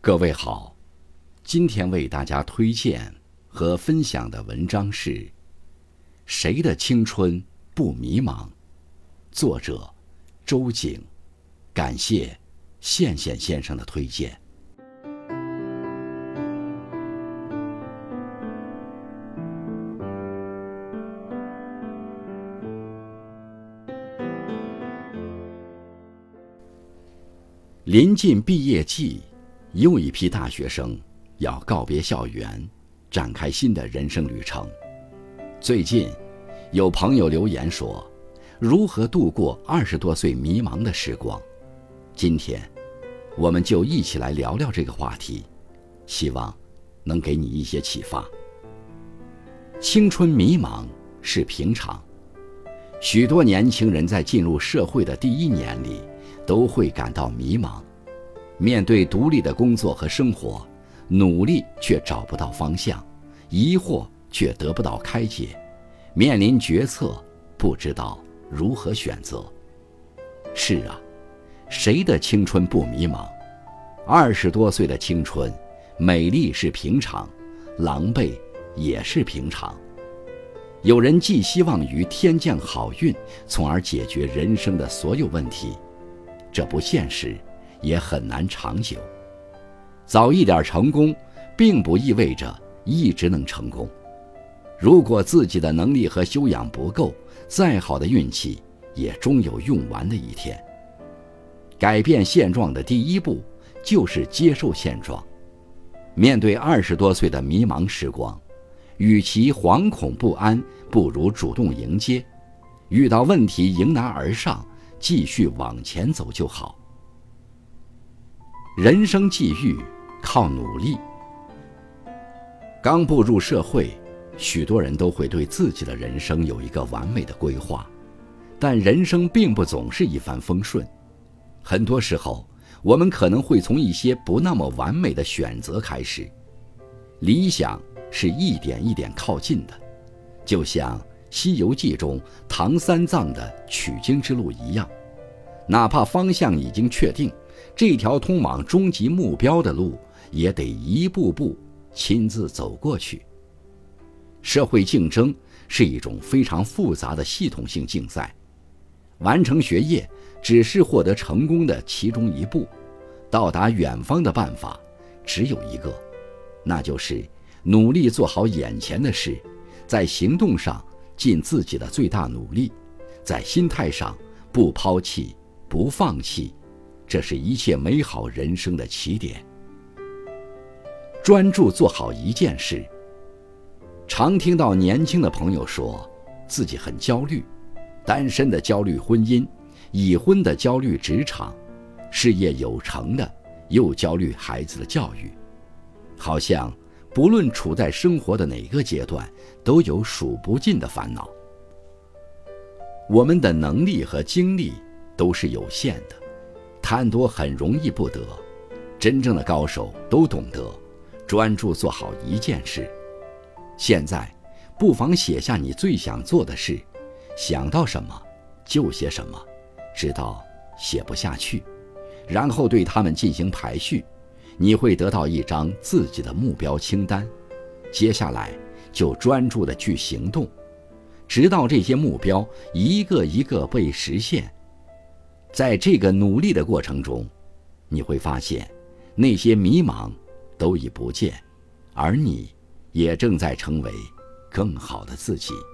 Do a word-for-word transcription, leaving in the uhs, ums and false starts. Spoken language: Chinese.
各位好，今天为大家推荐和分享的文章是《谁的青春不迷茫》，作者周景。感谢宪宪先生的推荐。临近毕业季，又一批大学生要告别校园，展开新的人生旅程。最近，有朋友留言说，如何度过二十多岁迷茫的时光？今天，我们就一起来聊聊这个话题，希望能给你一些启发。青春迷茫是平常，许多年轻人在进入社会的第一年里，都会感到迷茫，面对独立的工作和生活，努力却找不到方向，疑惑却得不到开解，面临决策不知道如何选择。是啊，谁的青春不迷茫？二十多岁的青春，美丽是平常，狼狈也是平常。有人寄希望于天降好运，从而解决人生的所有问题，这不现实，也很难长久。早一点成功，并不意味着一直能成功。如果自己的能力和修养不够，再好的运气也终有用完的一天。改变现状的第一步，就是接受现状。面对二十多岁的迷茫时光，与其惶恐不安，不如主动迎接。遇到问题迎难而上，继续往前走就好。人生际遇靠努力。刚步入社会，许多人都会对自己的人生有一个完美的规划，但人生并不总是一帆风顺。很多时候，我们可能会从一些不那么完美的选择开始。理想是一点一点靠近的，就像《西游记》中唐三藏的取经之路一样，哪怕方向已经确定，这条通往终极目标的路也得一步步亲自走过去。社会竞争是一种非常复杂的系统性竞赛，完成学业只是获得成功的其中一步，到达远方的办法只有一个，那就是努力做好眼前的事，在行动上尽自己的最大努力，在心态上不抛弃不放弃，这是一切美好人生的起点。专注做好一件事。常听到年轻的朋友说自己很焦虑，单身的焦虑婚姻，已婚的焦虑职场，事业有成的又焦虑孩子的教育，好像不论处在生活的哪个阶段，都有数不尽的烦恼。我们的能力和精力都是有限的，贪多很容易不得。真正的高手都懂得专注做好一件事。现在不妨写下你最想做的事，想到什么就写什么，直到写不下去，然后对它们进行排序，你会得到一张自己的目标清单。接下来就专注地去行动，直到这些目标一个一个被实现。在这个努力的过程中，你会发现那些迷茫都已不见，而你也正在成为更好的自己。